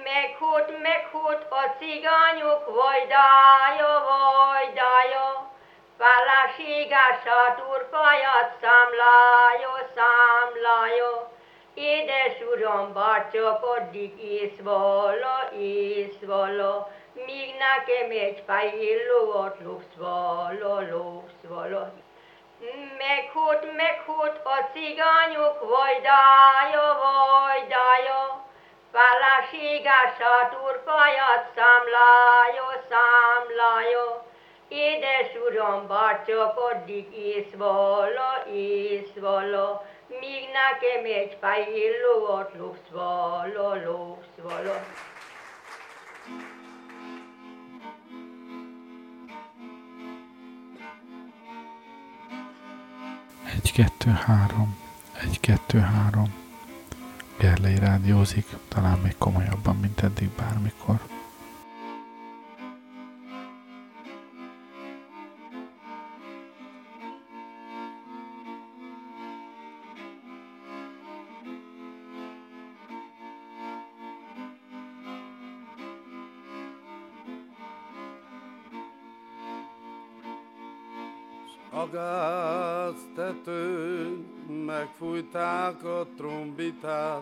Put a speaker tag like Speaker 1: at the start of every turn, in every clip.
Speaker 1: Meghút a cigányok vajdája, vajdája, feleségását urfaját számlája. Édes uram, bár csak addig észvala, míg nekem egy fehér lovat lopsz vala. Meghút a cigányok vajdája, feleségását urfaját számlája. Édes uram, bár csak addig észvala, míg nekem egy fehér lovat lopsz vala.
Speaker 2: Egy, kettő, három. Gerlei rádiózik, talán még komolyabban, mint eddig bármikor.
Speaker 3: A gáztetőn megfújták a trombitát,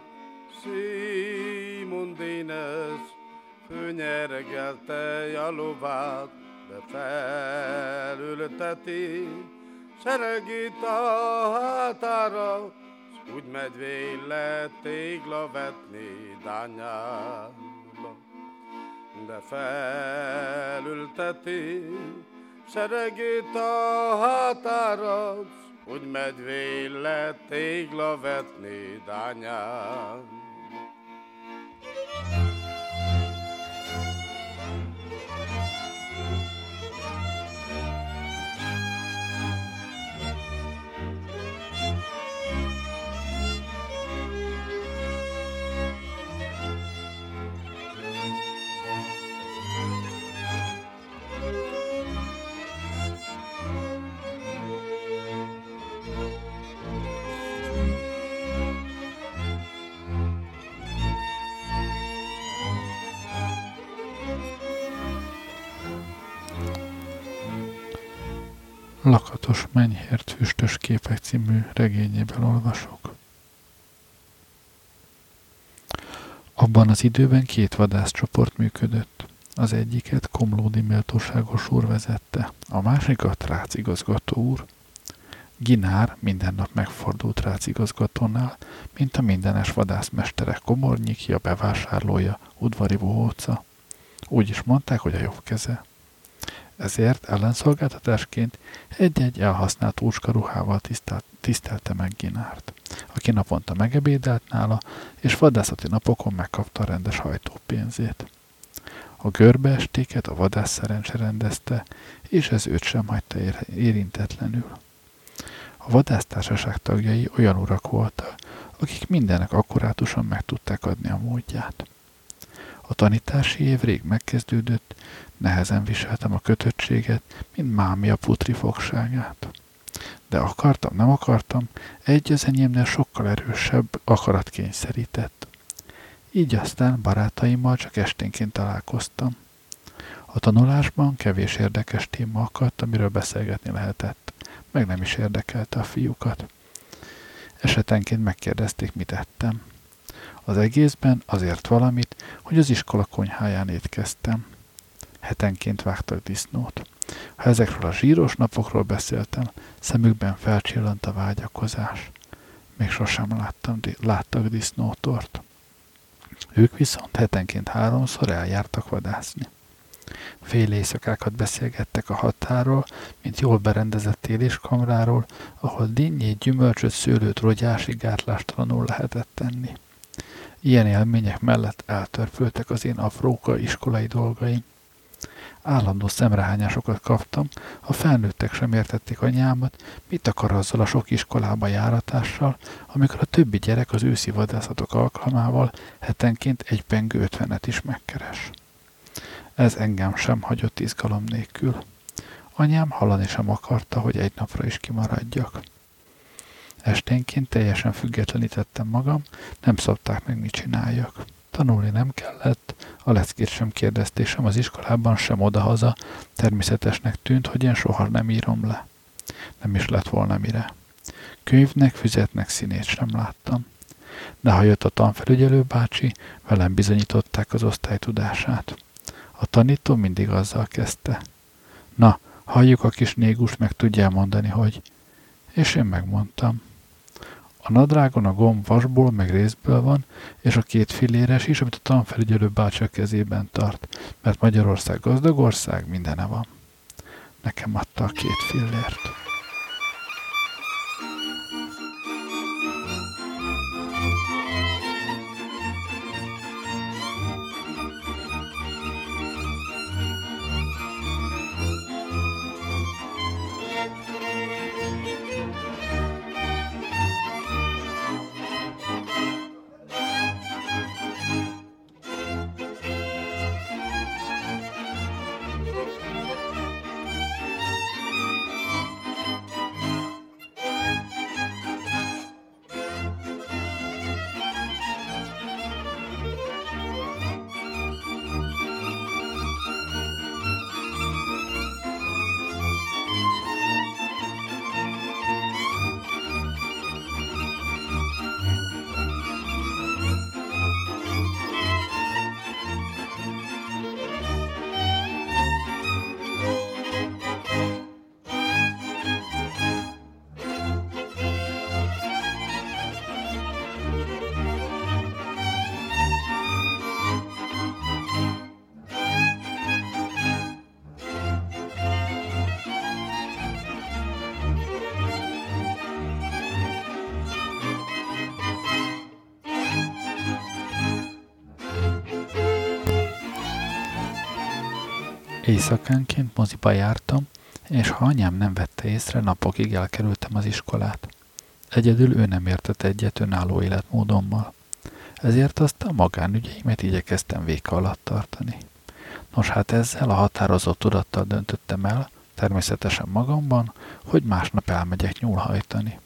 Speaker 3: Simon Dénes főnyeregelte a lovát, de felülteti seregét a hátára, s úgy medvén lett tégla vetni Dányába. De felülteti seregét a hátára, úgy medvén lett tégla vetni Dányán.
Speaker 2: Lakatos Menyhért Füstös képek című regényében olvasok. Abban az időben 2 vadászcsoport működött. Az egyiket Komlódi méltóságos úr vezette, a másikat Rácz igazgató úr. Ginár minden nap megfordult Rácz igazgatónál, mint a mindenes vadászmesterek komornyikja, bevásárlója, udvari bohóca. Úgy is mondták, hogy a jobb keze. Ezért ellenszolgáltatásként egy-egy elhasznált úcskaruhával tisztelte meg Ginárt, aki naponta megebédelt nála, és vadászati napokon megkapta a rendes hajtópénzét. A görbeestéket a vadász szerencse rendezte, és ez őt sem hagyta érintetlenül. A vadásztársaság tagjai olyan urak voltak, akik mindennek akkurátusan meg tudták adni a módját. A tanítási év rég megkezdődött, nehezen viseltem a kötöttséget, mint mámi a putri fogságát. De akartam, nem akartam, egy az enyémnél sokkal erősebb akarat kényszerített. Így aztán barátaimmal csak esténként találkoztam. A tanulásban kevés érdekes téma akadt, amiről beszélgetni lehetett, meg nem is érdekelte a fiúkat. Esetenként megkérdezték, mit ettem. Az egészben azért valamit, hogy az iskola konyháján étkeztem. Hetenként vágtak disznót. Ha ezekről a zsíros napokról beszéltem, szemükben felcsillant a vágyakozás. Még sosem láttak disznótort. Ők viszont hetenként 3-szor eljártak vadászni. Fél éjszakákat beszélgettek a határról, mint jól berendezett éléskamráról, ahol dinnyét, gyümölcsöt, szőlőt, rogyásig gátlástalanul lehetett tenni. Ilyen élmények mellett eltörpültek az én apróka iskolai dolgaim. Állandó szemrehányásokat kaptam, a felnőttek sem értették anyámat, mit akar azzal a sok iskolába járatással, amikor a többi gyerek az őszi vadászatok alkalmával hetenként egy pengő 50-et is megkeres. Ez engem sem hagyott izgalom nélkül. Anyám hallani sem akarta, hogy egy napra is kimaradjak. Esténként teljesen függetlenítettem magam, nem szabták meg, mit csináljak. Tanulni nem kellett, A leckét sem kérdezték, sem az iskolában, sem odahaza. Természetesnek tűnt, hogy én soha nem írom le. Nem is lett volna mire. Könyvnek, füzetnek színét sem láttam. De ha jött a tanfelügyelő bácsi, velem bizonyították az osztály tudását. A tanító mindig azzal kezdte. Na, halljuk a kis négust, meg tudjál mondani, hogy... És én megmondtam. A nadrágon a gomb vasból, meg részből van, és a 2 filléres is, amit a tanfelügyelő bácsi a kezében tart, mert Magyarország gazdag ország, mindene van. Nekem adta a 2 fillért. Éjszakánként moziba jártam, és ha anyám nem vette észre, napokig elkerültem az iskolát. Egyedül ő nem értett egyet önálló életmódommal. Ezért aztán magánügyeimet igyekeztem véka alatt tartani. Nos, hát ezzel a határozott tudattal döntöttem el, természetesen magamban, hogy másnap elmegyek nyúlhajtani.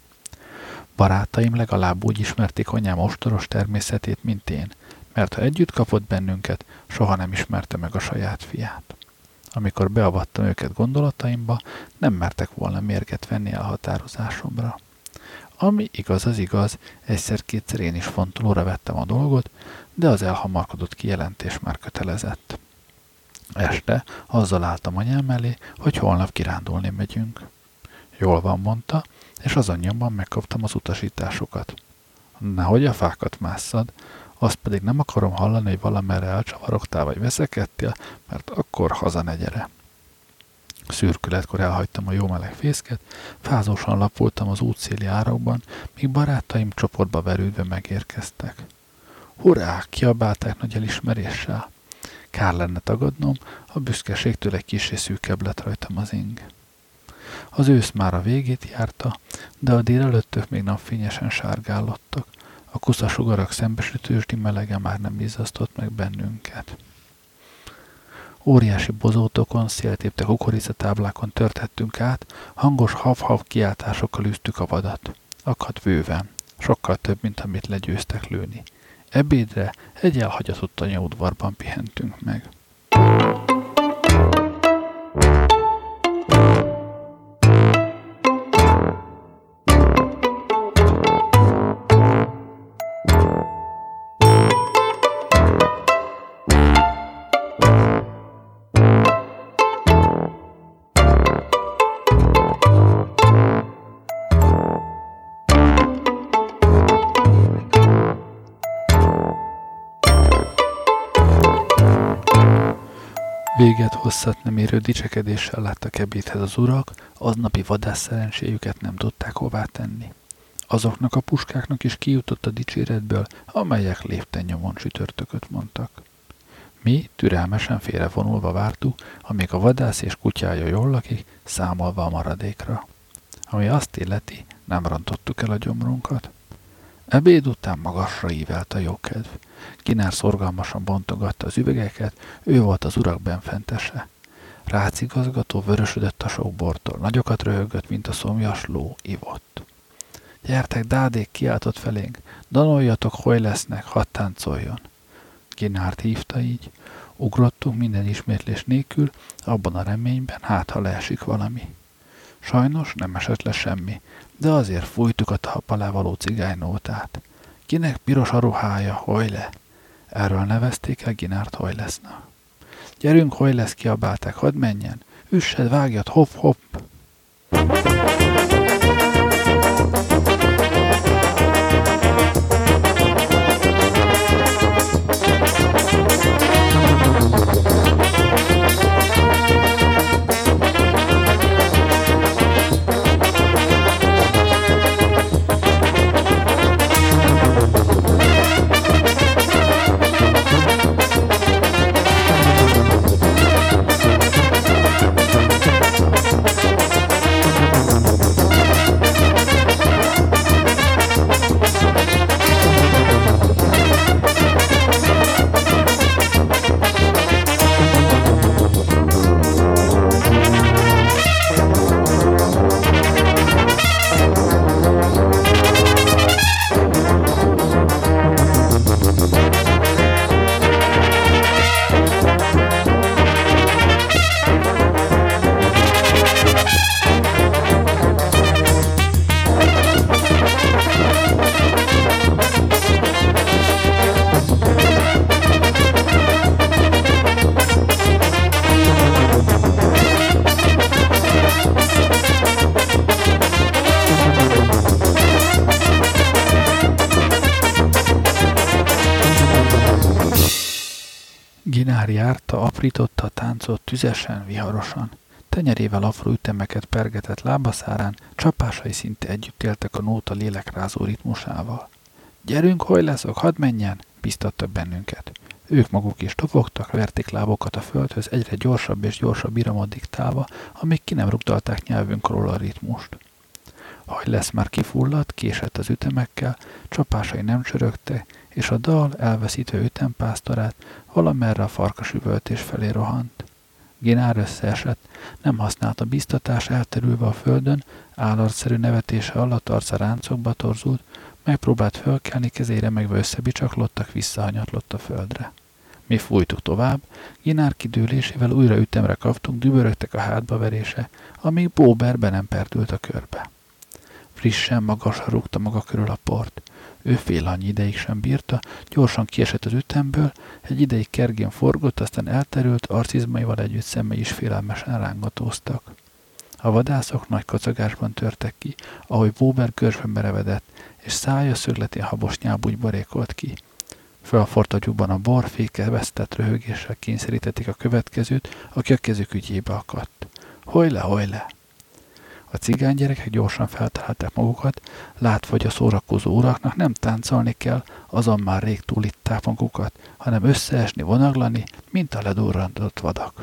Speaker 2: Barátaim legalább úgy ismerték anyám ostoros természetét, mint én, mert ha együtt kapott bennünket, soha nem ismerte meg a saját fiát. Amikor beavattam őket gondolataimba, nem mertek volna mérget venni elhatározásomra. Ami igaz, az igaz, egyszer-kétszer én is fontolóra vettem a dolgot, de az elhamarkodott kijelentés már kötelezett. Este azzal álltam anyám elé, hogy holnap kirándulni megyünk. Jól van, mondta, és azon nyomban megkaptam az utasításokat. Nehogy a fákat másszad, azt pedig nem akarom hallani, hogy valamerre elcsavarogtál vagy veszekedtél, mert akkor haza ne gyere. Szürkületkor elhagytam a jó meleg fészket, fázósan lapultam az útszéli árokban, míg barátaim csoportba verődve megérkeztek. Hurrá! Kiabálták nagy elismeréssel. Kár lenne tagadnom, a büszkeségtől egy kissé szűkebb lett rajtam az ing. Az ősz már a végét járta, de a délelőttök még napfényesen sárgálottak. A kuszasugarak szembesütősdi melege már nem izzasztott meg bennünket. Óriási bozótokon, széltépte kukoricatáblákon törthettünk át, hangos hav-hav kiáltásokkal űztük a vadat. Akadt bőven, sokkal több, mint amit legyőztek lőni. Ebédre egy elhagyatott tanyaudvarban pihentünk meg. Véget hosszat nem érő dicsekedéssel láttak ebédhez az urak, aznapi vadász szerencséjüket nem tudták hová tenni. Azoknak a puskáknak is kijutott a dicséretből, amelyek lépten nyomon csütörtököt mondtak. Mi türelmesen félrevonulva vártuk, amíg a vadász és kutyája jól lakik, számolva a maradékra. Ami azt illeti, nem rontottuk el a gyomrunkat. Ebéd után magasra ívelt a jókedv. Ginár szorgalmasan bontogatta az üvegeket, ő volt az urak benfentese. Rácz igazgató vörösödött a sok bortól, nagyokat röhögött, mint a szomjas ló, ivott. Gyertek, dádék, kiáltott felénk, danoljatok, hogy lesznek, hadd táncoljon. Ginárt hívta így. Ugrottunk minden ismétlés nélkül, abban a reményben, hát ha leesik valami. Sajnos nem esett le semmi, de azért fújtuk a talp alá való cigánynótát. Kinek piros a ruhája, hojle! Erről nevezték el Ginárt Hojlesznak. Gyerünk, Hojlesz, kiabálták, hadd menjen! Üssed, vágjad, hopp, hopp! Ginár járta, aprította a táncot tüzesen, viharosan. Tenyerével apró ütemeket pergetett lábaszárán, csapásai szinte együtt éltek a nóta lélekrázó ritmusával. Gyerünk, Hojleszok, hadd menjen! Biztattak bennünket. Ők maguk is topogtak, verték lábokat a földhöz egyre gyorsabb és gyorsabb iramot diktálva, amíg ki nem rugdalták nyelvünkről a ritmust. Hojlesz már kifulladt, késett az ütemekkel, csapásai nem csörögte, és a dal elveszítve ütempásztorát valamerre a farkasüvöltés felé rohant. Ginár összeesett, nem használta biztatás, elterülve a földön, állarcszerű nevetése alatt arca ráncokba torzult, megpróbált fölkelni, kezére megve összebicsaklottak, visszahanyatlott a földre. Mi fújtuk tovább, Ginár kidőlésével újra ütemre kaptunk, dübörögtek a hátbaverése, amíg Bóber be nem perdült a körbe. Frissen, magasra rúgta maga körül a port. Ő fél annyi ideig sem bírta, gyorsan kiesett az ütemből, egy ideig kergén forgott, aztán elterült, arcizmaival együtt szemei is félelmesen rángatóztak. A vadászok nagy kacagásban törtek ki, ahogy Bóber görzsben merevedett, és szája szögletén habos nyálbúgyba rékolt ki. Fölfort agyukban a bor, fékezvesztett röhögéssel kényszerítették a következőt, aki a kezük ügyébe akadt. Hojle, hojle! A cigánygyerekek gyorsan feltalálták magukat, látva, hogy a szórakozó uraknak nem táncolni kell, azon már rég túlitták magukat, hanem összeesni, vonaglani, mint a ledurrantott vadak.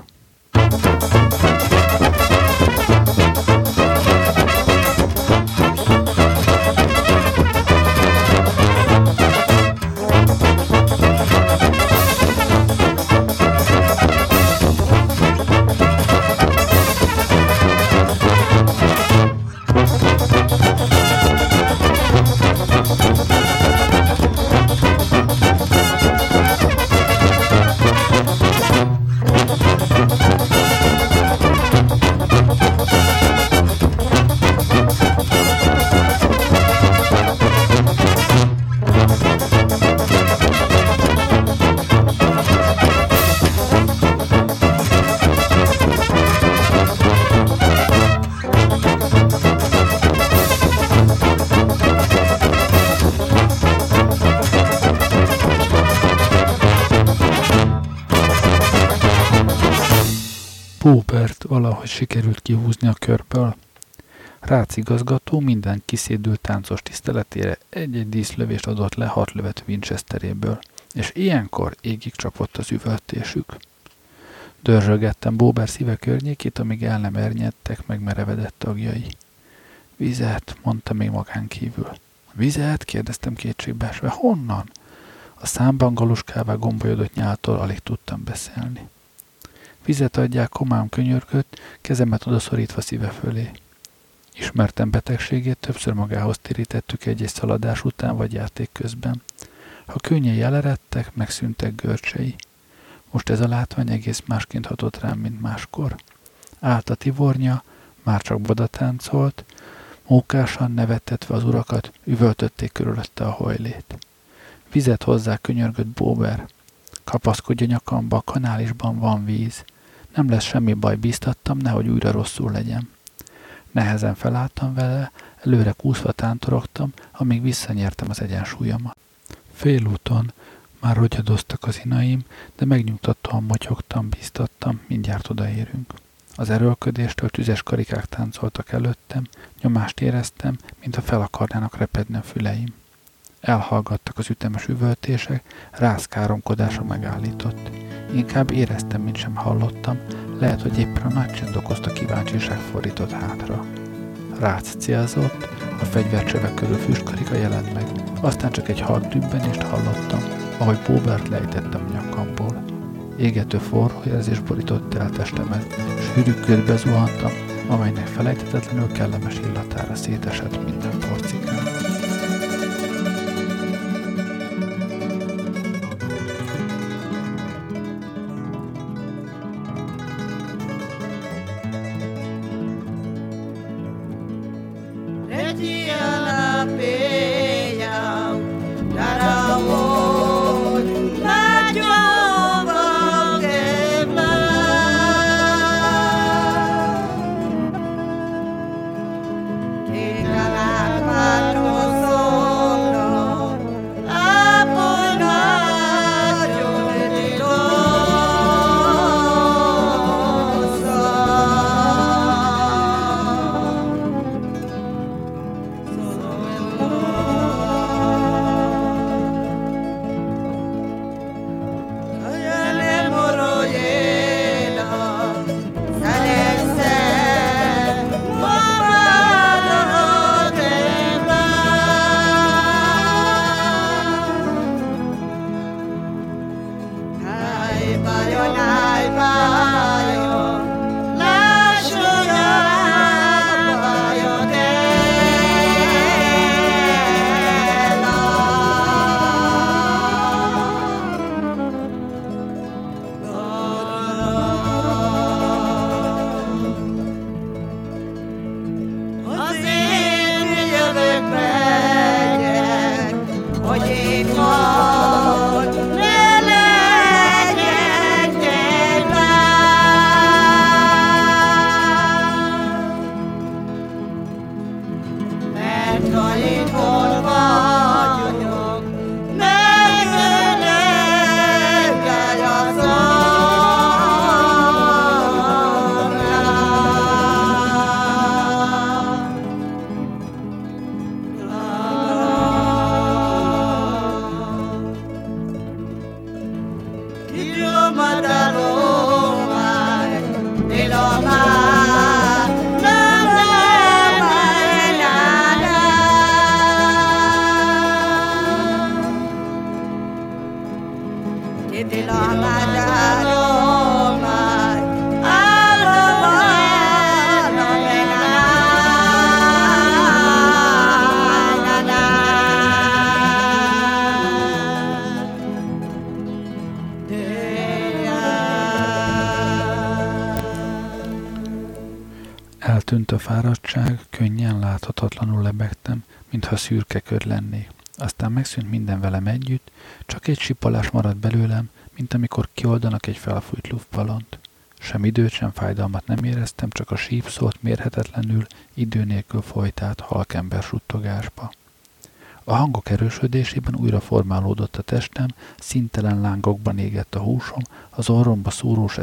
Speaker 2: Bóbert valahogy sikerült kihúzni a körből. Rácz igazgató minden kiszédült táncos tiszteletére egy-egy díszlövést adott le 6 lövet Winchesteréből, és ilyenkor égig csapott az üvöltésük. Dörzsögettem Bóber szíve környékét, amíg el nem ernyedtek, megmerevedett tagjai. Vizet, mondta még magán kívül. Vizet? Kérdeztem kétségbeesve. Honnan? A számban galuskává gombolyodott nyáltól alig tudtam beszélni. Vizet adják, komám könyörgött, kezemet odaszorítva szíve fölé. Ismertem betegségét, többször magához térítettük egy-egy szaladás után vagy játék közben. Ha könnyei eleredtek, megszűntek görcsei. Most ez a látvány egész másként hatott rám, mint máskor. Állt a tivornya, már csak bodatáncolt, mókásan nevettetve az urakat, üvöltötték körülötte a hojlét. Vizet hozzá, könyörgött Bóber. Kapaszkodj a nyakamba, a kanálisban van víz. Nem lesz semmi baj, bíztattam, nehogy újra rosszul legyen. Nehezen felálltam vele, előre kúszva tántorogtam, amíg visszanyertem az egyensúlyomat. Félúton már rogyadoztak az inaim, de megnyugtatóan motyogtam, bíztattam, mindjárt odaérünk. Az erőlködéstől tüzes karikák táncoltak előttem, nyomást éreztem, mintha fel akarnának repedni a füleim. Elhallgattak az ütemes üvöltések, rászkáromkodása megállított. Inkább éreztem, mint sem hallottam, lehet, hogy éppen a nagy csend okozta kíváncsiság fordított hátra. Rác célzott, a fegyvercsövek körül füstkarika jelent meg, aztán csak egy halk dübbenést hallottam, ahogy Bóbert lejtettem a nyakamból. Égető forró érzés borított el testemet, sűrű körbe zuhantam, amelynek felejthetetlenül kellemes illatára szétesett minden porcikán. Eltűnt a fáradtság, könnyen láthatatlanul lebegtem, mintha szürke kör lennék. Aztán megszűnt minden velem együtt, csak egy sipolás maradt belőlem, mint amikor kioldanak egy felfújt luftballont. Sem időt, sem fájdalmat nem éreztem, csak a sípszót mérhetetlenül, idő nélkül folyt át halkember suttogásba. A hangok erősödésében újra formálódott a testem, színtelen lángokban égett a húsom, az orromba szúrós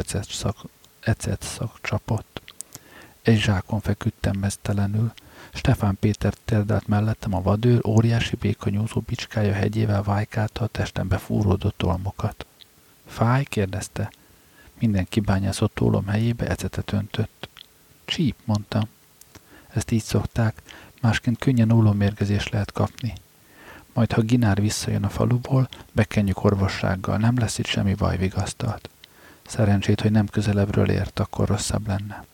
Speaker 2: ecet szak csapott. Egy zsákon feküdtem meztelenül. Stefán Péter térdelt mellettem, a vadőr óriási békanyúzó bicskája hegyével vájkálta a testembe fúródott olmokat. Fáj? Kérdezte. Minden kibányászott ólom helyébe ecetet öntött. Csíp, mondtam. Ezt így szokták, másként könnyen ólommérgezést lehet kapni. Majd, ha Ginár visszajön a faluból, bekenjük orvossággal, nem lesz itt semmi baj, vigasztalt. Szerencsét, hogy nem közelebbről ért, akkor rosszabb lenne.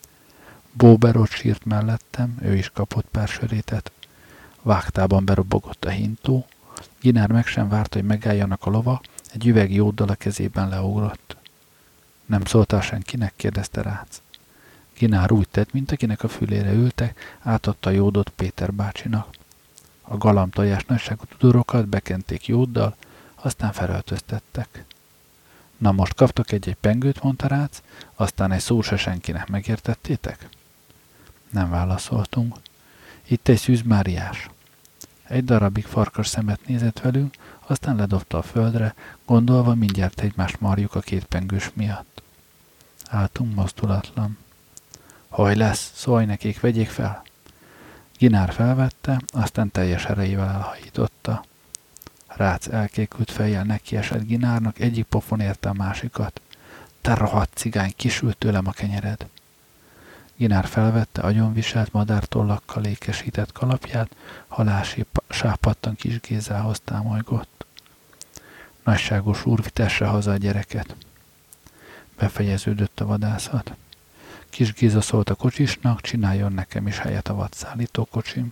Speaker 2: Bóber ott sírt mellettem, ő is kapott pár sörétet. Vágtában berobogott a hintó, Ginár meg sem várta, hogy megálljanak a lova, egy üveg jóddal a kezében leugrott. Nem szóltál senkinek? Kérdezte Rác. Ginár úgy tett, mint akinek a fülére ültek, átadta a jódot Péter bácsinak. A galamtojás nagyságú tudorokat bekenték jóddal, aztán felöltöztettek. Na most kaptok egy pengőt, mondta Rác, aztán egy szó se senkinek, megértettétek? Nem válaszoltunk. Itt egy Szűz Máriás. Egy darabig farkas szemet nézett velünk, aztán ledobta a földre, gondolva mindjárt egymást marjuk a két pengős miatt. Álltunk mozdulatlan. Hogy lesz? Szólj nekik, vegyék fel! Ginár felvette, aztán teljes erejével elhajította. Rác elkékült fejjel nekiesett Ginárnak, egyik pofon érte a másikat. Te rohadt cigány, kisült tőlem a kenyered! Ginár felvette agyonviselt madártollakkal ékesített kalapját, halálsápadtan kis Gézához támolygott. Nagyságos úr, vitesse haza a gyereket. Befejeződött a vadászat. Kis Géza szólt a kocsisnak, csináljon nekem is helyet a vadszállító kocsim.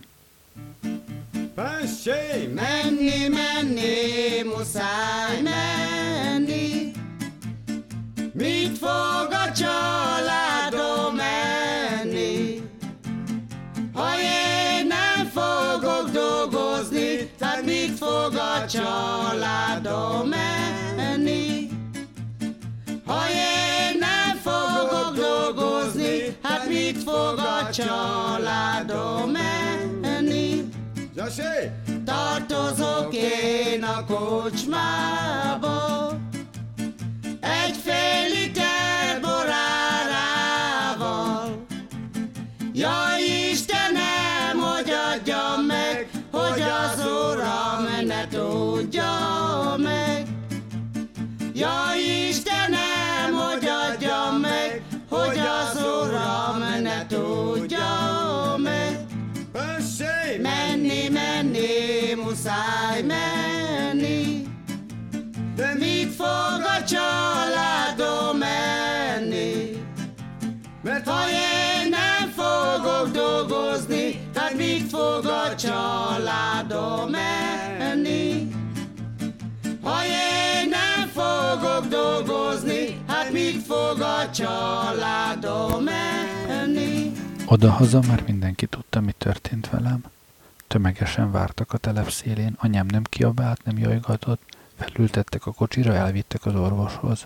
Speaker 4: Pessé! Menni, menni, muszáj menni. Mit fog a családom enni? Ha én nem fogok dolgozni, tehát mit fog a családom enni? Ha én nem fogok dolgozni, hát mit fog a családom enni? Tartozok én a kocsmába, egy fél liter borárával. Jaj, Istenem, hogy adjam meg, hogy az uram ne tudja meg. Jaj, Istenem, hogy adjam meg, hogy az uram ne tudja meg. Menni, menni, muszáj menni. De mit fog a családom enni? Mert ha én nem fogok dolgozni, tehát mit fog a családom enni? Ha én nem fogok dolgozni, hát mit fog a családom enni?
Speaker 2: Odahaza már mindenki tudta, mi történt velem. Tömegesen vártak a telep szélén, anyám nem kiabált, nem jajgatott, felültettek a kocsira, elvittek az orvoshoz.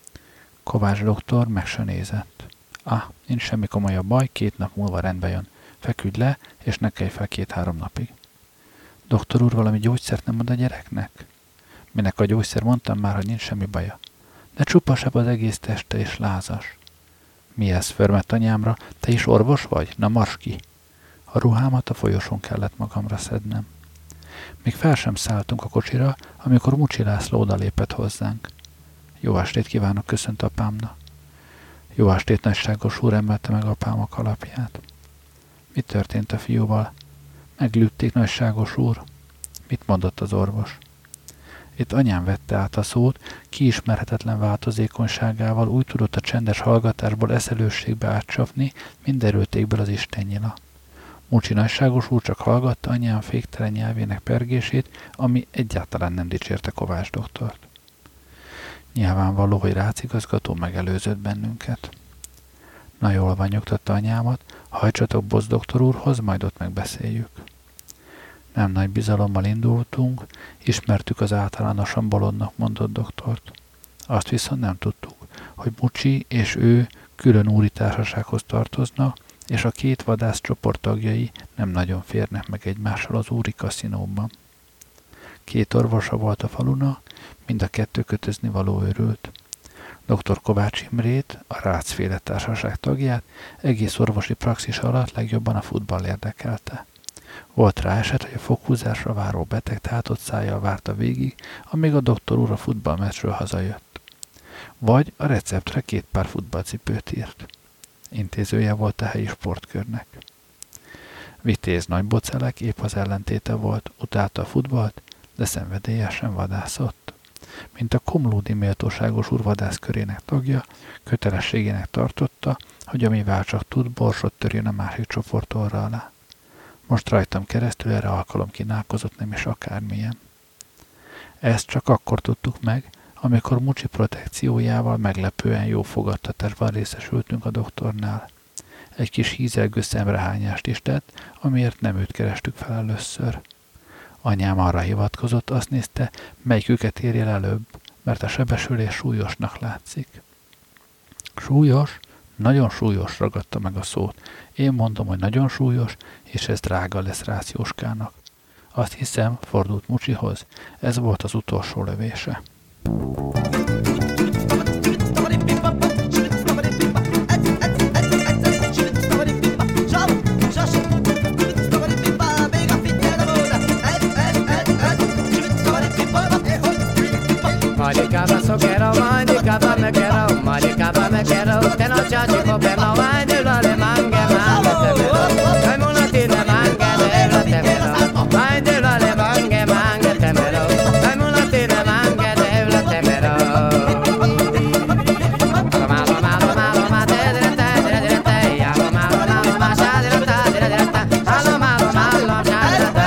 Speaker 2: Kovács doktor meg se nézett. Nincs semmi komolyabb baj, 2 nap múlva rendbe jön. Feküdj le, és ne kelj fel 2-3 napig. Doktor úr, valami gyógyszert nem ad a gyereknek? Minek a gyógyszer? Mondtam már, hogy nincs semmi baja. De csupasabb az egész teste, és lázas. Mi ez? Förmett anyámra. Te is orvos vagy? Na marss ki! A ruhámat a folyosón kellett magamra szednem. Még fel sem szálltunk a kocsira, amikor Mucsi László odalépett hozzánk. Jó estét kívánok, köszönt apámnak. Jó estét, nagyságos úr, emelte meg apám a kalapját. Mi történt a fiúval? Meglőtték, nagyságos úr. Mit mondott az orvos? Itt anyám vette át a szót, kiismerhetetlen változékonyságával úgy tudott a csendes hallgatásból eszelősségbe átcsapni, mint erőtékből az istennyila. Mucsi nagyságos úr csak hallgatta anyám féktelen nyelvének pergését, ami egyáltalán nem dicsérte Kovács doktort. Nyilvánvaló, hogy Rácz igazgató megelőzött bennünket. Na jól van, nyugtatta anyámat, hajtsatok Bosz doktor úrhoz, majd ott megbeszéljük. Nem nagy bizalommal indultunk, ismertük az általánosan bolondnak mondott doktort. Azt viszont nem tudtuk, hogy Mucsi és ő külön úri társasághoz tartoznak, és a 2 vadász csoport tagjai nem nagyon férnek meg egymással az úri kaszinóban. 2 orvosa volt a falunak, mind a 2 kötözni való őrült. Dr. Kovács Imrét, a Rácz-féle társaság tagját egész orvosi praxis alatt legjobban a futball érdekelte. Volt rá eset, hogy a foghúzásra váró beteg tátott szájjal várta végig, amíg a doktor úr a futballmeccsről hazajött. Vagy a receptre 2 pár futballcipőt írt. Intézője volt a helyi sportkörnek. Vitéz nagybocelek épp az ellentéte volt, utálta a futballt, de szenvedélyesen vadászott. Mint a komlódi méltóságos úrvadász körének tagja, kötelességének tartotta, hogy amivel csak tud, borsot törjön a másik csoport orra alá. Most rajtam keresztül erre alkalom kínálkozott, nem is akármilyen. Ezt csak akkor tudtuk meg, amikor Mucsi protekciójával meglepően jó fogadtatásban részesültünk a doktornál. Egy kis hízelgő szemrehányást is tett, amiért nem őt kerestük fel először. Anyám arra hivatkozott, azt nézte, melyiküket érjél előbb, mert a sebesülés súlyosnak látszik. Súlyos? Nagyon súlyos, ragadta meg a szót. Én mondom, hogy nagyon súlyos, és ez drága lesz Rácz Jóskának. Azt hiszem, fordult Mucsihoz, ez volt az utolsó lövése.
Speaker 5: Malicaba soquero, malicaba mequero, malicaba mequero, te no chachi popero, vai de lo le mangue mangue temero, vai mulatine mangue de lo temero, vai de lo le mangue mangue temero, vai mulatine mangue de lo temero. Malo malo malo ma de direte, ya lo malo ma sha direte, malo malo malo sha direte.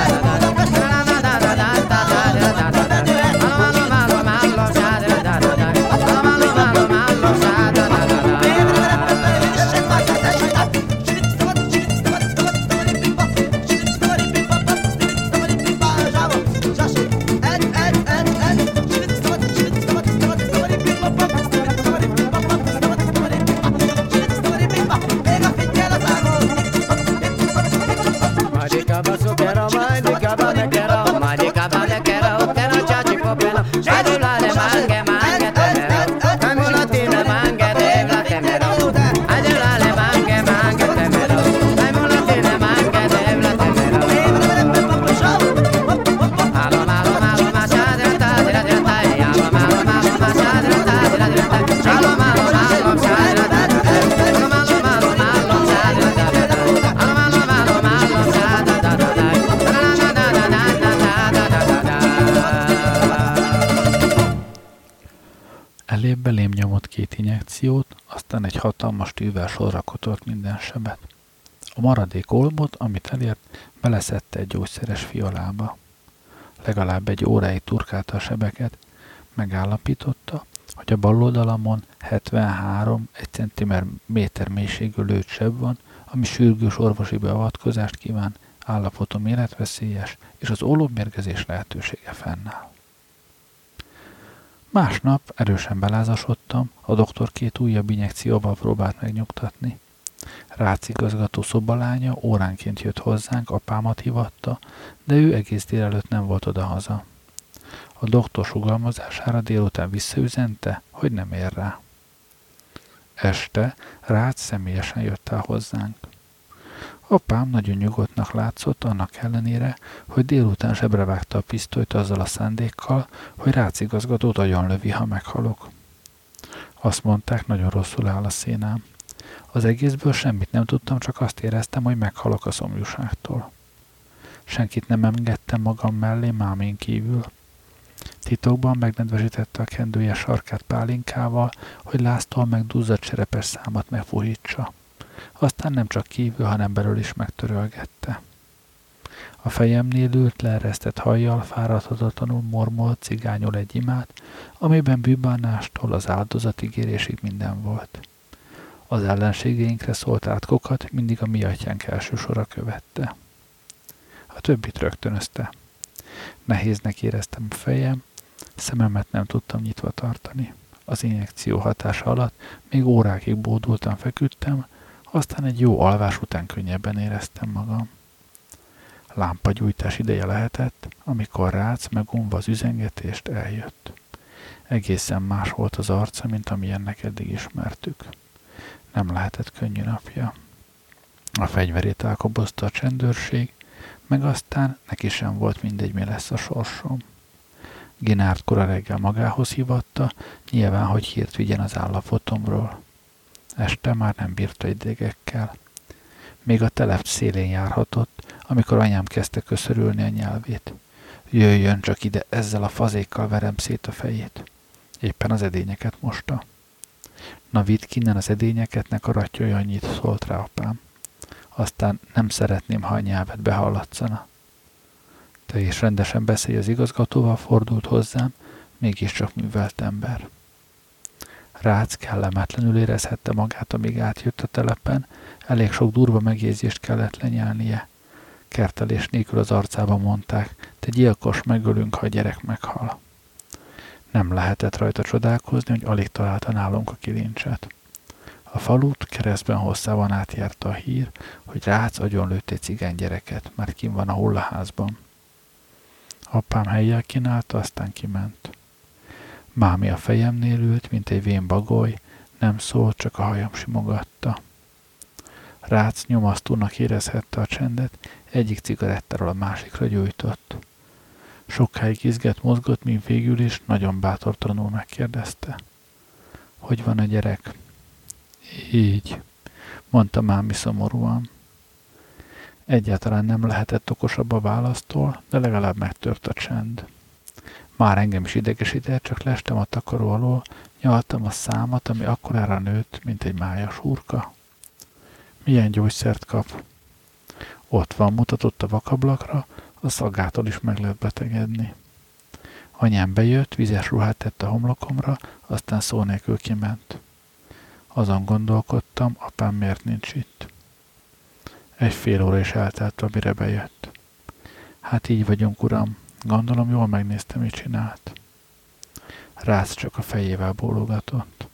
Speaker 2: Belém nyomott 2 injekciót, aztán egy hatalmas tűvel sorra kotolt minden sebet. A maradék olmot, amit elért, beleszedte egy gyógyszeres fiolába. Legalább egy óráig turkálta a sebeket, megállapította, hogy a bal oldalamon 73 1 cm mélységű lőtt seb van, ami sürgős orvosi beavatkozást kíván, állapotom életveszélyes, és az ólommérgezés lehetősége fennáll. Másnap erősen belázasodtam, a doktor 2 újabb injekcióval próbált megnyugtatni. Rácz igazgató szobalánya óránként jött hozzánk, apámat hívatta, de ő egész délelőtt nem volt odahaza. A doktor sugalmazására délután visszaüzente, hogy nem ér rá. Este Rácz személyesen jött el hozzánk. Apám nagyon nyugodtnak látszott, annak ellenére, hogy délután zsebrevágta a pisztolyt azzal a szándékkal, hogy Rácz igazgatót agyonlövi, ha meghalok. Azt mondták, nagyon rosszul áll a szénám. Az egészből semmit nem tudtam, csak azt éreztem, hogy meghalok a szomjúságtól. Senkit nem engedtem magam mellé, mámén kívül. Titokban megnedvesítette a kendője sarkát pálinkával, hogy láztól meg duzzadt serepes számat megfújítsa. Aztán nem csak kívül, hanem belül is megtörölgette. A fejemnél ült leeresztett hajjal fáradhatatlanul mormolt cigányul egy imát, amiben bűbánástól az áldozatigérésig minden volt. Az ellenségeinkre szólt átkokat mindig a mi atyánk első sora követte. A többit rögtönözte. Nehéznek éreztem a fejem, szememet nem tudtam nyitva tartani. Az injekció hatása alatt még órákig bódultan feküdtem, aztán egy jó alvás után könnyebben éreztem magam. Lámpagyújtás ideje lehetett, amikor Rácz megunva az üzengetést eljött. Egészen más volt az arca, mint amilyennek eddig ismertük. Nem lehetett könnyű napja. A fegyverét elkobozta a csendőrség, meg aztán neki sem volt mindegy, mi lesz a sorsom. Ginárt kora reggel magához hívatta, nyilván, hogy hírt vigyen az állapotomról. Este már nem bírta idegekkel. Még a telep szélén járhatott, amikor anyám kezdte köszörülni a nyelvét. Jöjjön csak ide, ezzel a fazékkal verem szét a fejét. Éppen az edényeket mosta. Na vidd ki innen az edényeket, ne karattyolj annyit, szólt rá apám. Aztán nem szeretném, ha a nyelvet behallatszana. Te is rendesen beszélj az igazgatóval, fordult hozzám, mégiscsak művelt ember. Rác kellemetlenül érezhette magát, amíg átjött a telepen, elég sok durva megjegyzést kellett lenyelnie. Kertelés nélkül az arcába mondták, te gyilkos, megölünk, ha a gyerek meghal. Nem lehetett rajta csodálkozni, hogy alig találta nálunk a kilincset. A falut keresztben hosszában átjárta a hír, hogy Rác agyonlőtt egy cigány gyereket, mert kint van a hullaházban. Apám helyjel kínálta, aztán kiment. Mámi a fejemnél ült, mint egy vén bagoly, nem szólt, csak a hajam simogatta. Rác nyomasztónak érezhette a csendet, egyik cigarettáról a másikra gyújtott. Sokáig izgett, mozgott, mint végül is nagyon bátortalanul megkérdezte. Hogy van a gyerek? Így, mondta Mámi szomorúan. Egyáltalán nem lehetett okosabb a választól, de legalább megtört a csend. Már engem is idegesített, csak lestem a takaró alól, nyaltam a számat, ami akkorára nőtt, mint egy májas hurka. Milyen gyógyszert kap? Ott van, mutatott a vakablakra, a szagától is meg lehet betegedni. Anyám bejött, vizes ruhát tett a homlokomra, aztán szó nélkül kiment. Azon gondolkodtam, apám miért nincs itt. Egy fél óra is eltelt, amire bejött. Hát így vagyunk, uram. Gondolom, jól megnéztem, mit csinált. Rác csak a fejével bólogatott.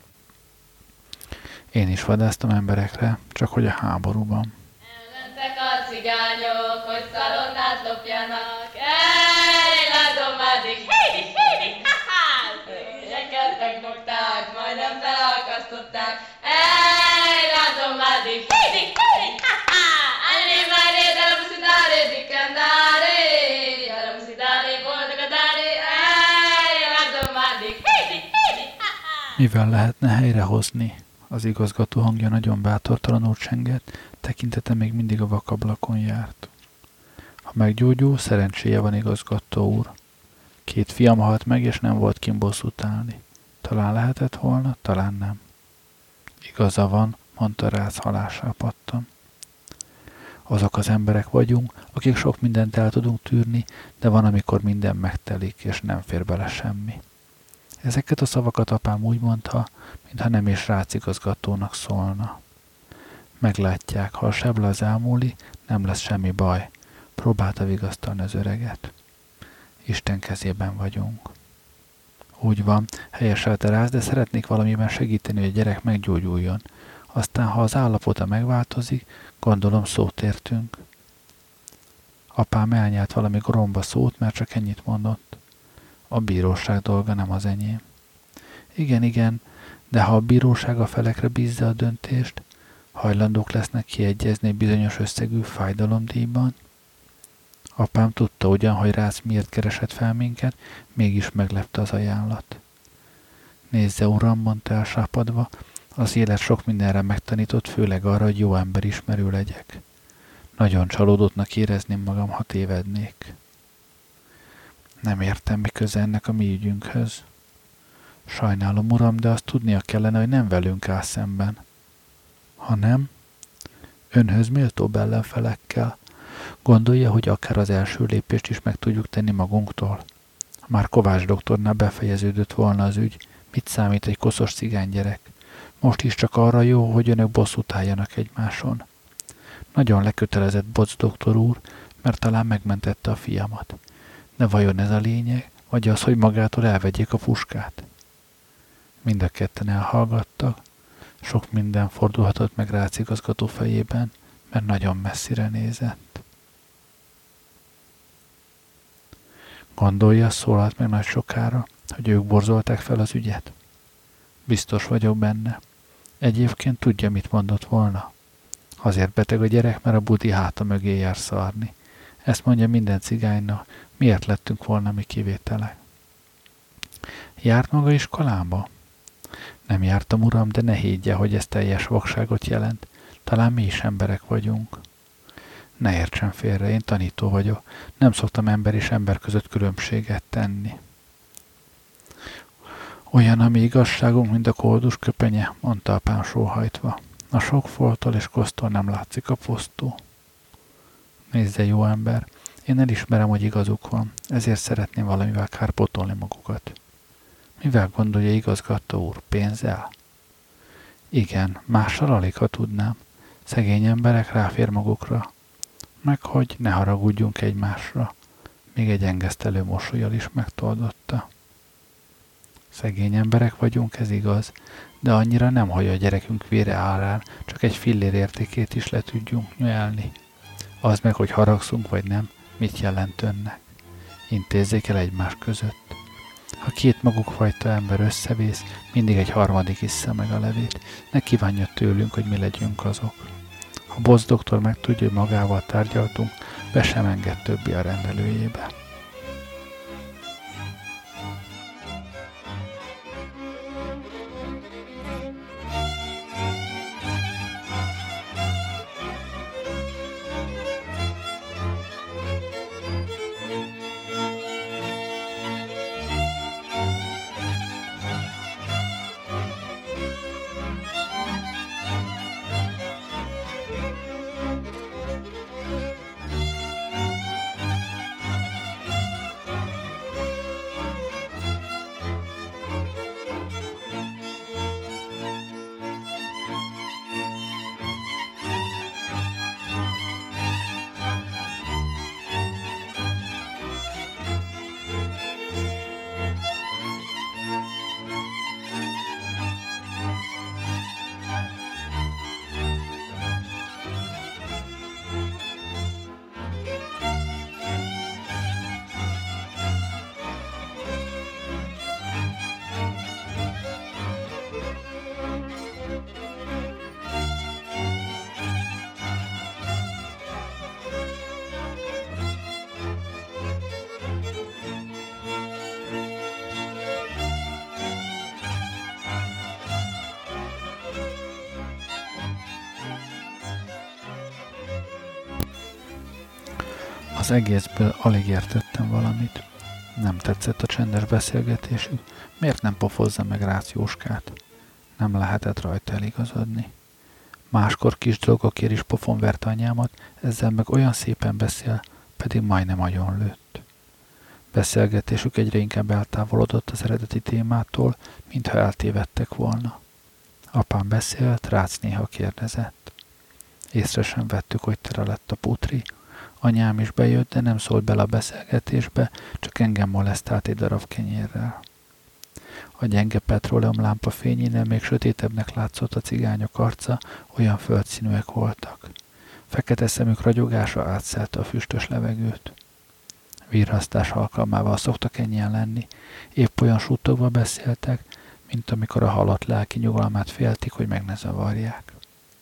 Speaker 2: Én is vadásztam emberekre, csak hogy a háborúban.
Speaker 6: Elmentek a cigányok, hogy szalonnát lopjanak. Ej, látom addig, hédi, hédi, ha-ha! Szőnyeket megfogták, majdnem felakasztották. Ej, látom addig, hédi, hédi, ha-ha! Annyi már de la musitare di cantare, la musitare boldog a dare. Ej, látom addig, hédi, hédi, ha-ha!
Speaker 2: Mivel lehetne helyrehozni? Az igazgató hangja nagyon bátortalanul csengett, tekintete még mindig a vakablakon járt. Ha meggyógyul, szerencséje van, igazgató úr. 2 fiam halt meg, és nem volt kin bosszút állni. Talán lehetett volna, talán nem. Igaza van, mondta Rác halásra pattan. Azok az emberek vagyunk, akik sok mindent el tudunk tűrni, de van, amikor minden megtelik, és nem fér bele semmi. Ezeket a szavakat apám úgy mondta, mintha nem is Rác igazgatónak szólna. Meglátják, ha a sebláz elmúli, nem lesz semmi baj. Próbálta vigasztalni az öreget. Isten kezében vagyunk. Úgy van, helyeselte Rác, de szeretnék valamiben segíteni, hogy a gyerek meggyógyuljon. Aztán, ha az állapota megváltozik, gondolom szót értünk. Apám elnyelt valami goromba szót, mert csak ennyit mondott. A bíróság dolga nem az enyém. Igen, de ha a bíróság a felekre bízza a döntést, hajlandók lesznek kiegyezni egy bizonyos összegű fájdalomdíjban? Apám tudta ugyan, hogy Rác miért keresett fel minket, mégis meglepte az ajánlat. Nézze, uram, mondta elsápadva, az élet sok mindenre megtanított, főleg arra, hogy jó emberismerő legyek. Nagyon csalódottnak érezném magam, ha tévednék. Nem értem, mi köze ennek a mi ügyünkhöz. Sajnálom, uram, de azt tudnia kellene, hogy nem velünk áll szemben. Ha nem, önhöz méltóbb ellenfelekkel. Gondolja, hogy akár az első lépést is meg tudjuk tenni magunktól. Már Kovács doktornál befejeződött volna az ügy, mit számít egy koszos cigánygyerek. Most is csak arra jó, hogy önök bosszút álljanak egymáson. Nagyon lekötelezett Boc doktor úr, mert talán megmentette a fiamat. De vajon ez a lényeg, vagy az, hogy magától elvegyék a puskát? Mind a ketten elhallgattak. Sok minden fordulhatott meg Rác igazgató fejében, mert nagyon messzire nézett. Gondolja, szólalt meg nagy sokára, hogy ők borzolták fel az ügyet? Biztos vagyok benne. Egyébként tudja, mit mondott volna. Azért beteg a gyerek, mert a budi háta mögé jár szarni. Ezt mondja minden cigánynak, miért lettünk volna mi kivételek. Járt maga iskolába? Nem jártam, uram, de ne higgye, hogy ez teljes vakságot jelent. Talán mi is emberek vagyunk. Ne értsen félre, én tanító vagyok. Nem szoktam ember és ember között különbséget tenni. Olyan a mi igazságunk, mint a koldus köpenye, mondta apám sóhajtva. A sok folttól és kosztól nem látszik a posztó. Nézze, jó ember, Én elismerem, hogy igazuk van, ezért szeretném valamivel kárpótolni magukat. Mivel gondolja, igazgató úr, pénzzel? Igen, mással alig, ha tudnám. Szegény emberek ráfér magukra. Meg hogy ne haragudjunk egymásra. Még egy engesztelő mosollyal is megtoldotta. Szegény emberek vagyunk, ez igaz, de annyira nem, hogy a gyerekünk vére árán csak egy fillér értékét is le tudjunk nyelni. Az meg, hogy haragszunk vagy nem, mit jelent önnek? Intézzék el egymás között. Ha két magukfajta ember összevész, mindig egy harmadik issza meg a levét. Ne kívánja tőlünk, hogy mi legyünk azok. Ha Bosz doktor megtudja, hogy magával tárgyaltunk, be sem enged többi a rendelőjébe. Az egészből alig értettem valamit. Nem tetszett a csendes beszélgetésük. Miért nem pofozza meg Rácz Jóskát? Nem lehetett rajta eligazodni. Máskor kis dolgokért is pofon vert anyámat, ezzel meg olyan szépen beszél, pedig majdnem agyon lőtt. Beszélgetésük egyre inkább eltávolodott az eredeti témától, mintha eltévedtek volna. Apám beszélt, Rácz néha kérdezett. Észre sem vettük, hogy tere lett a putri. Anyám is bejött, de nem szólt bele a beszélgetésbe, csak engem molesztált egy darab kenyérrel. A gyenge petróleumlámpa fényénél még sötétebbnek látszott a cigányok arca, olyan földszínűek voltak. Fekete szemük ragyogása átszelte a füstös levegőt. Virrasztás alkalmával szoktak ennyien lenni, épp olyan suttogva beszéltek, mint amikor a halott lelki nyugalmát féltik, hogy meg ne zavarják.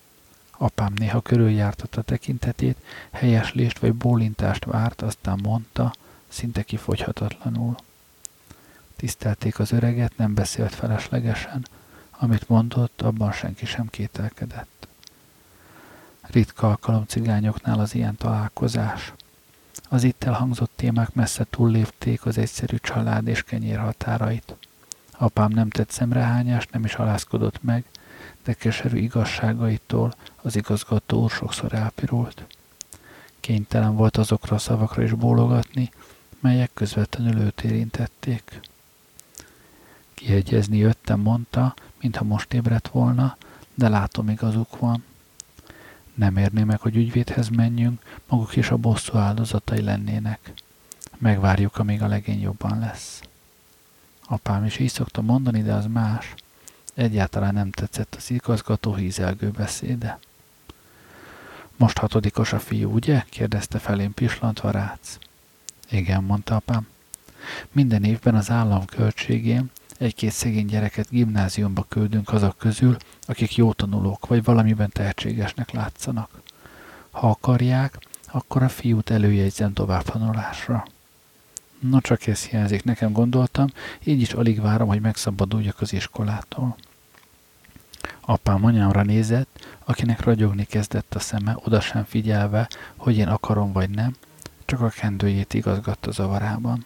Speaker 2: Apám néha körüljártatta tekintetét, helyeslést vagy bólintást várt, aztán mondta, szinte kifogyhatatlanul. Tisztelték az öreget, nem beszélt feleslegesen, amit mondott, abban senki sem kételkedett. Ritka alkalom cigányoknál az ilyen találkozás. Az itt elhangzott témák messze túllépték az egyszerű család és kenyér határait. Apám nem tett szemrehányást, nem is alázkodott meg, de keserű igazságaitól az igazgató úr sokszor elpirult. Kénytelen volt azokra a szavakra is bólogatni, melyek közvetlenül őt érintették. Kiegyezni jöttem, mondta, mintha most ébredt volna, de látom, igazuk van. Nem érné meg, hogy ügyvédhez menjünk, maguk is a bosszú áldozatai lennének. Megvárjuk, amíg a legény jobban lesz. Apám is így szokta mondani, de az más. Egyáltalán nem tetszett az igazgató hízelgő beszéde. Most 6. a fiú, ugye? Kérdezte felém pislantva Rácz. Igen, mondta apám. Minden évben az állam költségén 1-2 szegény gyereket gimnáziumba küldünk azok közül, akik jó tanulók vagy valamiben tehetségesnek látszanak. Ha akarják, akkor a fiút előjegyzem továbbtanulásra. No, csak ez hiányzik nekem, gondoltam, így is alig várom, hogy megszabaduljak az iskolától. Apám anyámra nézett, akinek ragyogni kezdett a szeme, oda sem figyelve, hogy én akarom vagy nem, csak a kendőjét igazgatta zavarában.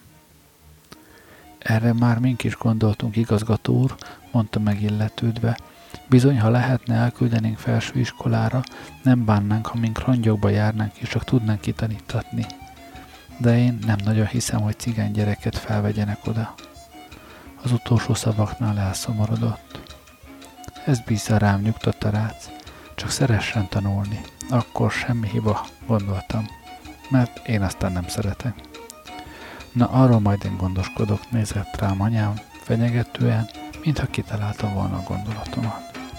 Speaker 2: Erre már mink is gondoltunk, igazgató úr, mondta megilletődve. Bizony, ha lehetne, elküldenénk felső iskolára, nem bánnánk, ha mink rongyokba járnánk, és csak tudnánk kitanítatni. de én nem nagyon hiszem, hogy cigány gyereket felvegyenek oda. Az utolsó szavaknál elszomorodott. Ez bízza rám, nyugtatta Rác, csak szeressen tanulni. Akkor semmi hiba, gondoltam, mert én aztán nem szeretem. Na, arról majd én gondoskodok, nézett rám anyám, fenyegetően, mintha kitalálta volna a gondolatomat.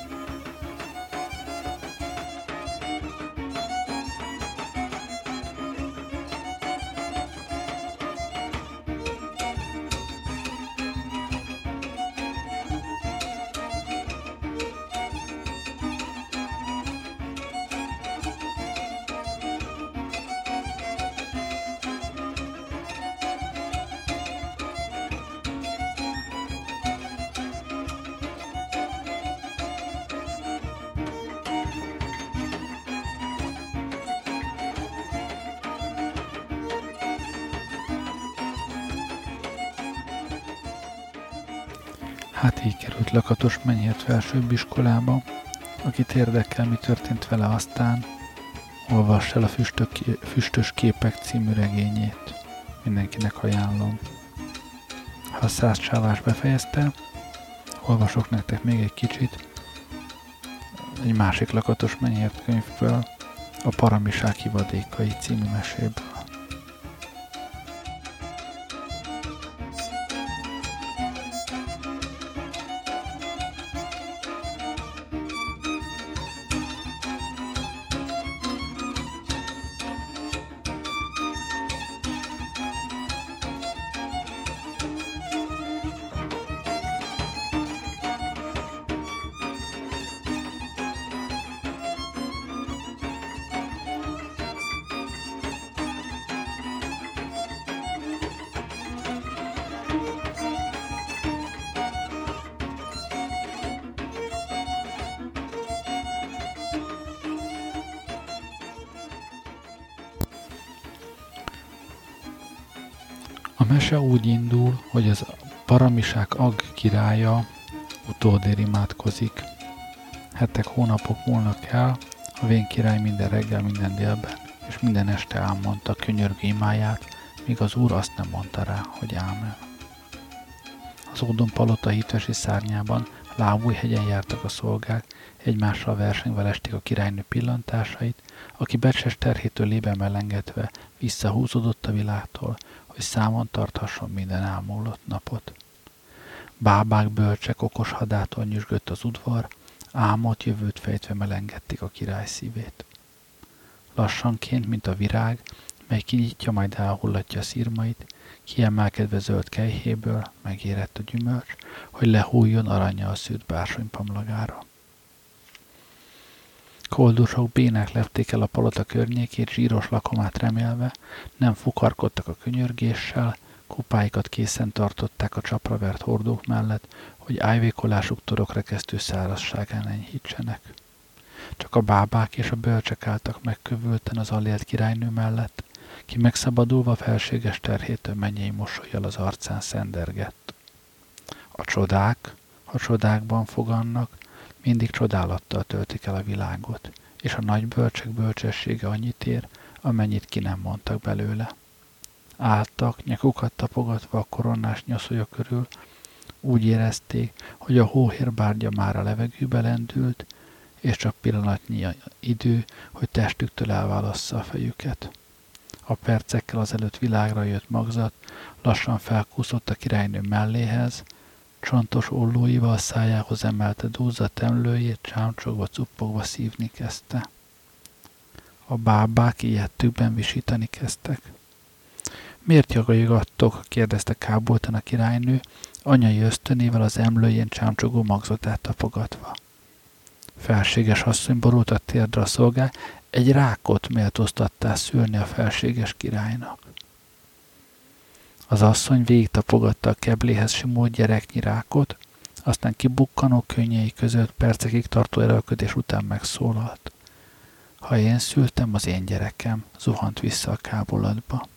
Speaker 2: Hát így került Lakatos Menyhért felsőbb iskolába, akit érdekel, mi történt vele aztán, olvass el a Füstös képek című regényét. Mindenkinek ajánlom. Ha a 100 csávás befejezte, olvasok nektek még egy kicsit egy másik Lakatos Menyhért könyvből, a Paramisák hivadékai című meséből. A mese úgy indul, hogy az Paramisák Agg királya utódért imádkozik. Hetek, hónapok múlnak el, a vén király minden reggel, minden délben, és minden este elmondta könyörgő imáját, míg az úr azt nem mondta rá, hogy ámen. Az Ódon palota hitvesi szárnyában Lábújhegyen jártak a szolgák, egymással versenyve lesték a királynő pillantásait, aki becses terhétől lében mellengetve visszahúzódott a világtól, hogy számon tarthasson minden elmúlott napot. Bábák, bölcsek, okos hadától nyüzsgött az udvar, álmot, jövőt fejtve melengették a király szívét. Lassanként, mint a virág, mely kinyitja, majd elhullatja a szirmait, kiemelkedve zöld kejhéből megérett a gyümölcs, hogy lehújjon aranyjal szűrt bársonypamlagára. Koldusok, bénák lepték el a palota környékét, zsíros lakomát remélve, nem fukarkodtak a könyörgéssel, kupáikat készen tartották a csapravert hordók mellett, hogy ájvékolásuk torokrekesztő szárazságán enyhítsenek. Csak a bábák és a bölcsek álltak megkövülten az alélt királynő mellett, ki megszabadulva felséges terhétől mennyei mosollyal az arcán szendergett. A csodák, ha csodákban fogannak, mindig csodálattal töltik el a világot, és a nagy bölcsek bölcsessége annyit ér, amennyit ki nem mondtak belőle. Álltak, nyakukat tapogatva a koronás nyoszolyok körül, úgy érezték, hogy a hóhér bárgya már a levegőbe lendült, és csak pillanatnyi idő, hogy testüktől elválassza a fejüket. A percekkel azelőtt világra jött magzat lassan felkúszott a királynő melléhez, csontos ollóival szájához emelte dúzzat emlőjét, csámcsogva, cuppogva szívni kezdte. A bábák ijedtükben visítani kezdtek. Miért jagolgattok? Kérdezte kábultan a királynő, anyai ösztönével az emlőjén csámcsogó magzatát tapogatva. Felséges asszony, borult a térdre a szolgál, egy rákot méltóztattál szülni a felséges királynak. Az asszony végig tapogatta a kebléhez simult gyereknyi rákot, aztán kibukkanó könnyei között percekig tartó erőlködés után megszólalt. Ha én szültem, az én gyerekem, zuhant vissza a kábulatba.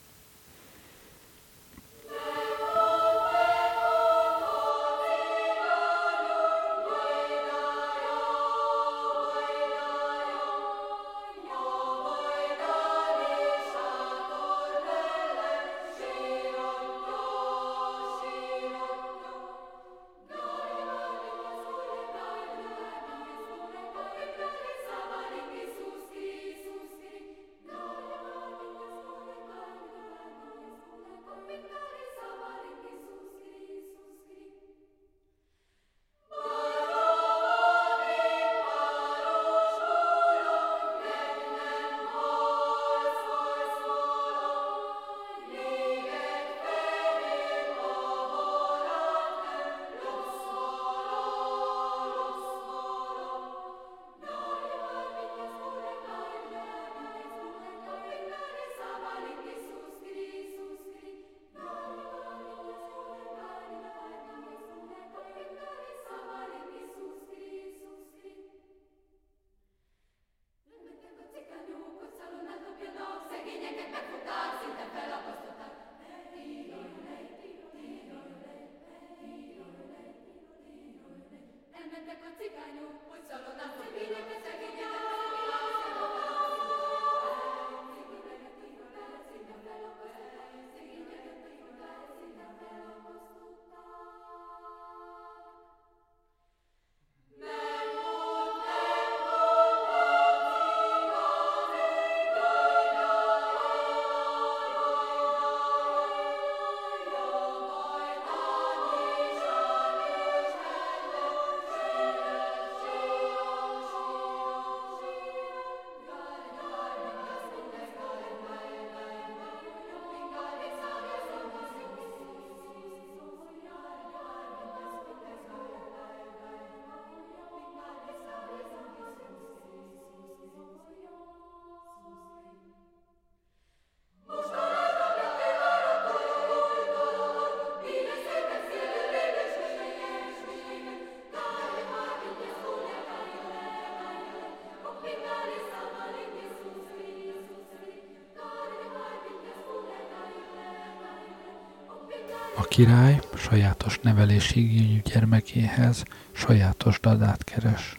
Speaker 2: A király sajátos nevelési igényű gyermekéhez sajátos dadát keres.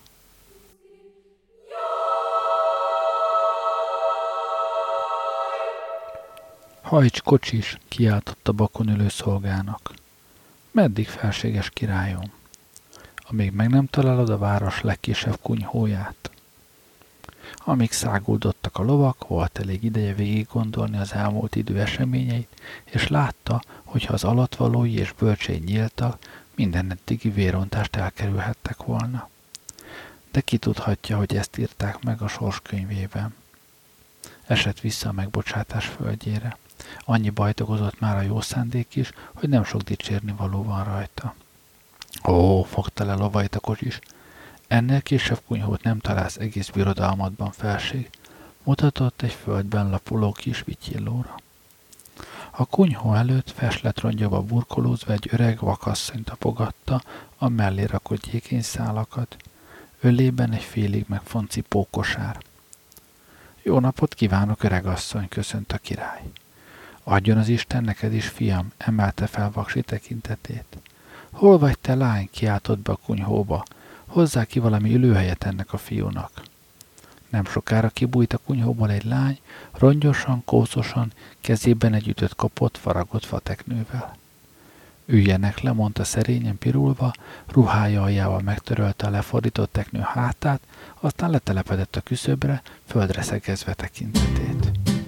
Speaker 2: Hajts, kocsis, kiáltott a bakon ülő szolgának. Meddig, felséges királyom? Amíg meg nem találod a város legkisebb kunyhóját. Amíg száguldottak a lovak, volt elég ideje végig gondolni az elmúlt idő eseményeit, és látta, hogy ha az alattvalói és bölcsei nyíltak, minden eddigi vérontást elkerülhettek volna. De ki tudhatja, hogy ezt írták meg a sorskönyvében. Esett vissza a megbocsátás földjére. Annyi bajt okozott már a jó szándék is, hogy nem sok dicsérni való van rajta. Ó, fogta le lovait a kocsis. Ennél kisebb kunyhót nem találsz egész birodalmadban, felség, mutatott egy földben lapuló kis vityillóra. A kunyhó előtt fesletrongyaba burkolózva egy öreg vakasszony tapogatta a mellé rakott gyékényszálakat, ölében egy félig megfont cipókosár. Jó napot kívánok, öregasszony, köszönt a király. Adjon az Isten neked is, fiam, emelte fel vaksi tekintetét. Hol vagy te, lány, kiáltott be a kunyhóba. Hozzá ki valami ülőhelyet ennek a fiúnak. Nem sokára kibújt a kunyhóból egy lány, rongyosan, kószosan, kezében egy ütött kapott, faragott fateknővel. Üljenek le, mondta szerényen pirulva, ruhája aljával megtörölte a lefordított teknő hátát, aztán letelepedett a küszöbre, földre szegezve tekintetét.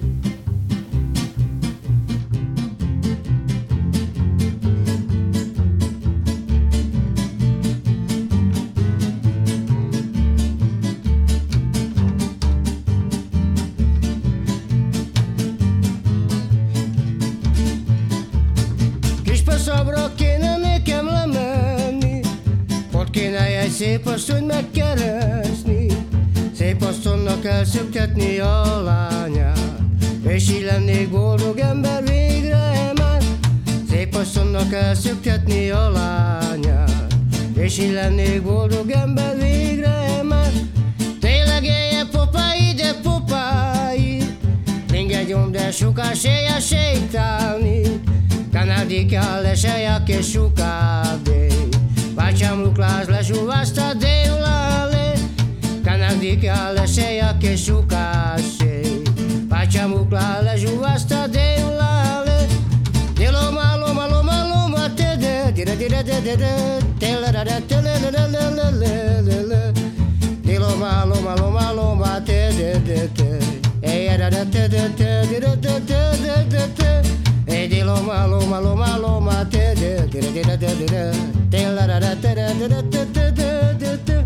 Speaker 4: Szabra kéne nekem lemenni, ott kéne egy szép asszony megkeresni, szép asszonynak elszöktetni a lányát, és így lennék boldog ember végre már. Szép asszonynak elszöktetni a lányát, és így lennék boldog ember végre már. Tényleg élje popái, de popái, ringedjon, de sukás élje sétálni. Kanadika lesejak és sukábé, Vácsám Luklás lesúvázta délálé. Kanadika lesejak és sukásé, Vácsám Luklás lesúvázta délálé. Diloma, loma, loma, loma, te de, dire, dire, de, de, de, te, la, la, te, le, le, le, le, le, le, le. Diloma, loma, loma, loma, te de, de, te, e, da, da, te, de, te, dire, de, te, de, de, te. Hey, de loma, loma, loma, loma, te de, de, de, de, de, de, te la la la, te de, de, de, de, de, de, de.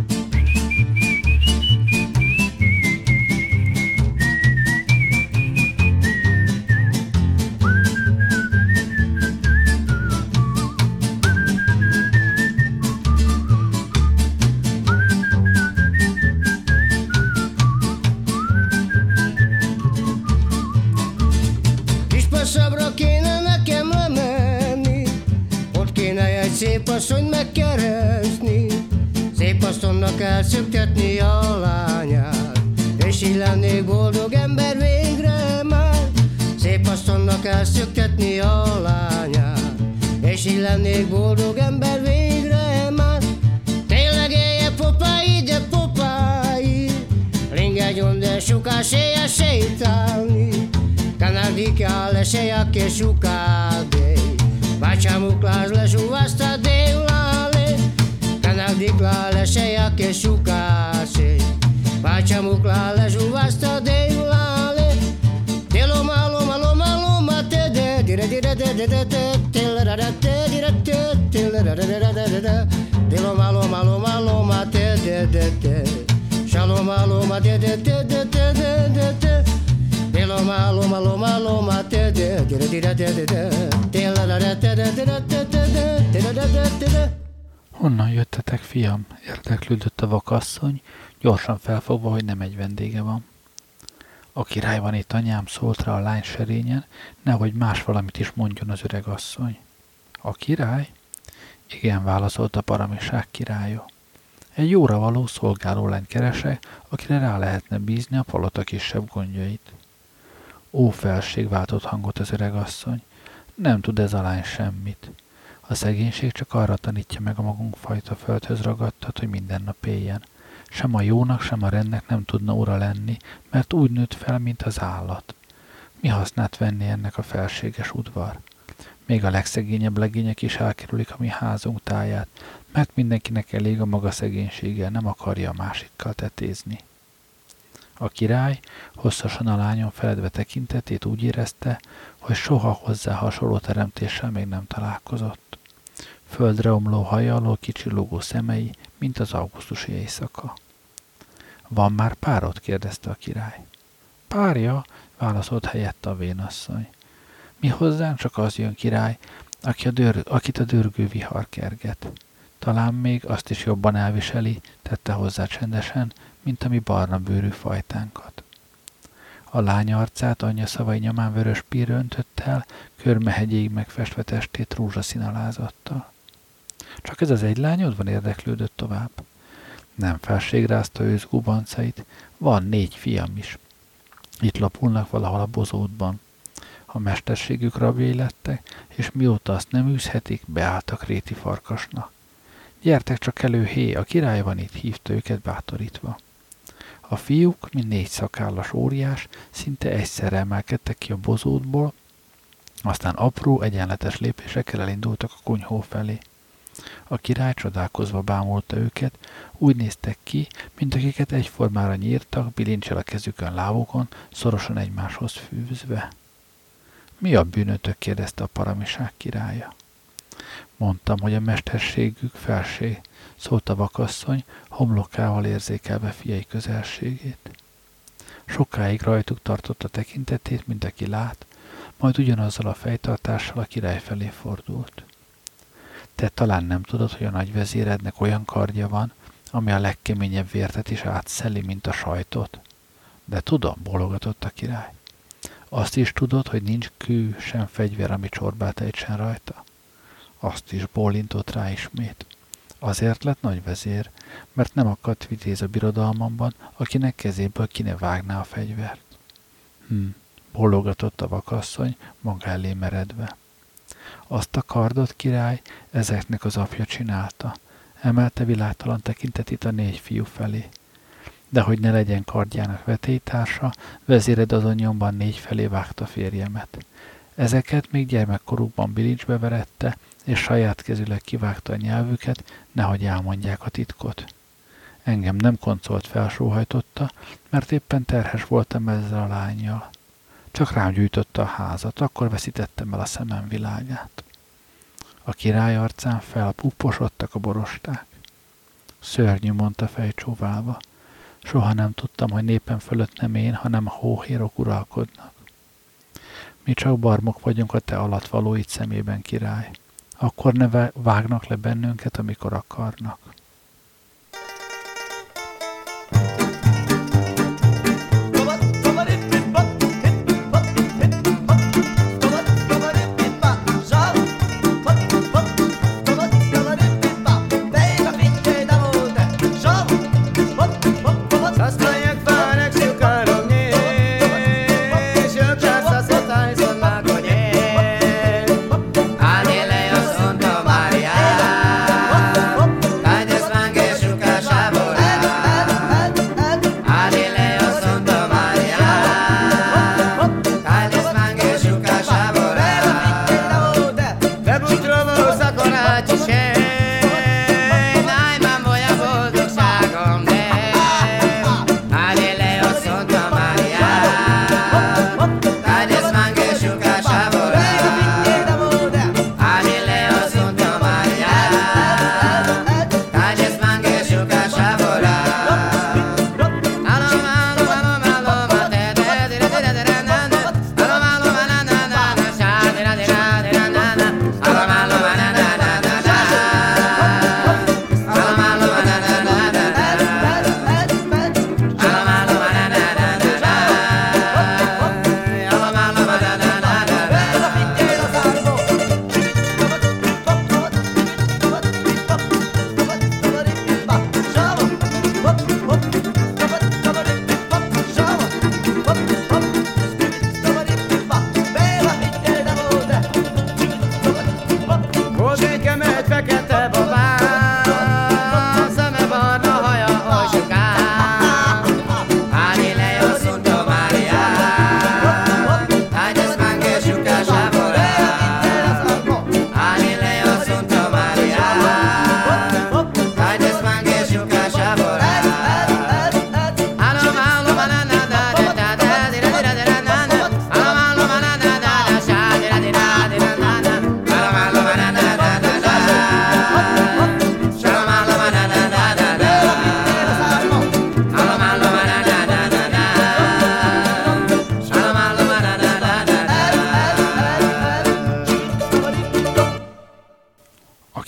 Speaker 4: Szabra kéne nekem lemenni, ott kéne egy szép asszony megkeresni, szép asszonynak elszöktetni a lányát, és így lennék boldog ember végre már. Szép asszonynak elszöktetni a lányát, és így lennék boldog ember végre már. Tényleg élje popái, de popái, ringedjon, de sukás élje sétálni. Kanadika lesejak és sukábé, Vácsám Luklás lesúvázta délálé. Kanadika lesejak és sukásé, Vácsám Luklás lesúvázta délálé. Diloma, loma, loma, loma, te de, dire, dire, de, de, de, de, te, la, la, te, dire, te, te, la, la, la, la, la. Diloma, loma, loma, loma, te de, de, de, shaloma, loma, de, de, de, de, de, de, de, de. Loma, loma, loma, loma, te de, de, de, de, de, de, te la la la, te de, de, de, de, de, de, de, de.
Speaker 2: Honnan jöttetek, fiam? Érdeklődött a vakasszony, gyorsan felfogva, hogy nem egy vendége van. A király van itt, anyám, szólt rá a lány serényen, nehogy más valamit is mondjon az öreg asszony. A király? Igen, válaszolta Paramiság királya. Egy jóra való szolgálólányt keresek, akire rá lehetne bízni a palota kisebb gondjait. Ó, felség, váltott hangot az öregasszony, Nem tud ez a lány semmit. A szegénység csak arra tanítja meg a magunk fajta földhöz ragadtat, hogy minden nap éljen. Sem a jónak, sem a rendnek nem tudna ura lenni, mert úgy nőtt fel, mint az állat. Mi hasznát venni ennek a felséges udvar? Még a legszegényebb legények is elkerülik a mi házunk táját, mert mindenkinek elég a maga szegénységgel, nem akarja a másikkal tetézni. A király hosszasan a lányon feledve tekintetét úgy érezte, hogy soha hozzá hasonló teremtéssel még nem találkozott. Földre omló haja alól kicsillogó szemei, mint az augusztusi éjszaka. Van már párod? kérdezte a király. Párja, válaszolt helyette a vénasszony. Mi hozzánk csak az jön, király, akit a dörgő vihar kerget. Talán még azt is jobban elviseli, tette hozzá csendesen, mint a mi barna bőrű fajtánkat. A lány arcát anyja szavai nyomán vörös pír öntött el, körmehegyéig megfestve testét rózsaszín alázattal. Csak ez az egy lányod van, érdeklődött tovább. Nem felségrázta ősz gubancait, van 4 fiam is. Itt lapulnak valahol a bozótban. A mesterségük rabjai lettek, és mióta azt nem űzhetik, beálltak réti farkasnak. Gyertek csak elő, hé, a király van itt, hívta őket bátorítva. A fiúk, mint 4 szakállas óriás, szinte egyszerre emelkedtek ki a bozótból, aztán apró, egyenletes lépésekkel elindultak a kunyhó felé. A király csodálkozva bámulta őket, úgy néztek ki, mint akiket egyformára nyírtak, bilincsel a kezükön lábukon, szorosan egymáshoz fűzve. Mi a bűnötök? kérdezte a paramiság királya. Mondtam, hogy a mesterségük felség, szólt a vakasszony, homlokával érzékelve fiai közelségét. Sokáig rajtuk tartotta tekintetét, mint aki lát, majd ugyanazzal a fejtartással a király felé fordult. Te talán nem tudod, hogy a nagyvezérednek olyan kardja van, ami a legkeményebb vértet is átszeli, mint a sajtot. De tudom, bólogatott a király. Azt is tudod, hogy nincs kő, sem fegyver, ami csorbát ejtsen rajta? Azt is bólintott rá ismét. Azért lett nagyvezér, mert nem akadt vitéz a birodalmamban, akinek kezéből ki ne vágná a fegyvert. Bólogatott a vakasszony, maga elé meredve. Azt a kardot, király, ezeknek az apja csinálta. Emelte világtalan tekintetét a 4 fiú felé. De hogy ne legyen kardjának vetélytársa, vezéred azon nyomban 4 felé vágta férjemet. Ezeket még gyermekkorukban bilincsbe verette, és saját kezüleg kivágta a nyelvüket, nehogy elmondják a titkot. Engem nem koncolt felsóhajtotta, mert éppen terhes voltam ezzel a lánnyal. Csak rám gyújtotta a házat, akkor veszítettem el a szemem világát. A király arcán felpupposodtak a borosták. Szörnyű, mondta fejcsóválva. Soha nem tudtam, hogy népem fölött nem én, hanem a hóhérok uralkodnak. Mi csak barmok vagyunk a te alattvalóid szemében, király. Akkor ne vágnak le bennünket, amikor akarnak.
Speaker 5: Calle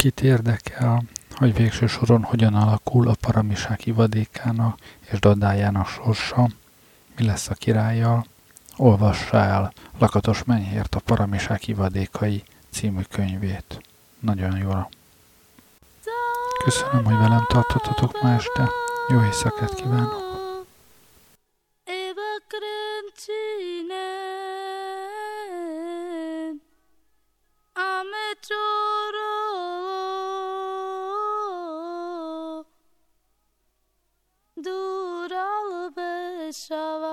Speaker 2: Akit érdekel, hogy végső soron hogyan alakul a Paramisák ivadékának és dadájának sorsa, mi lesz a királlyal, olvassa el Lakatos Menyhért a Paramisák ivadékai című könyvét. Nagyon jóra. Köszönöm, hogy velem tartottatok ma este. Jó éjszakát kívánok!
Speaker 7: Dural beşava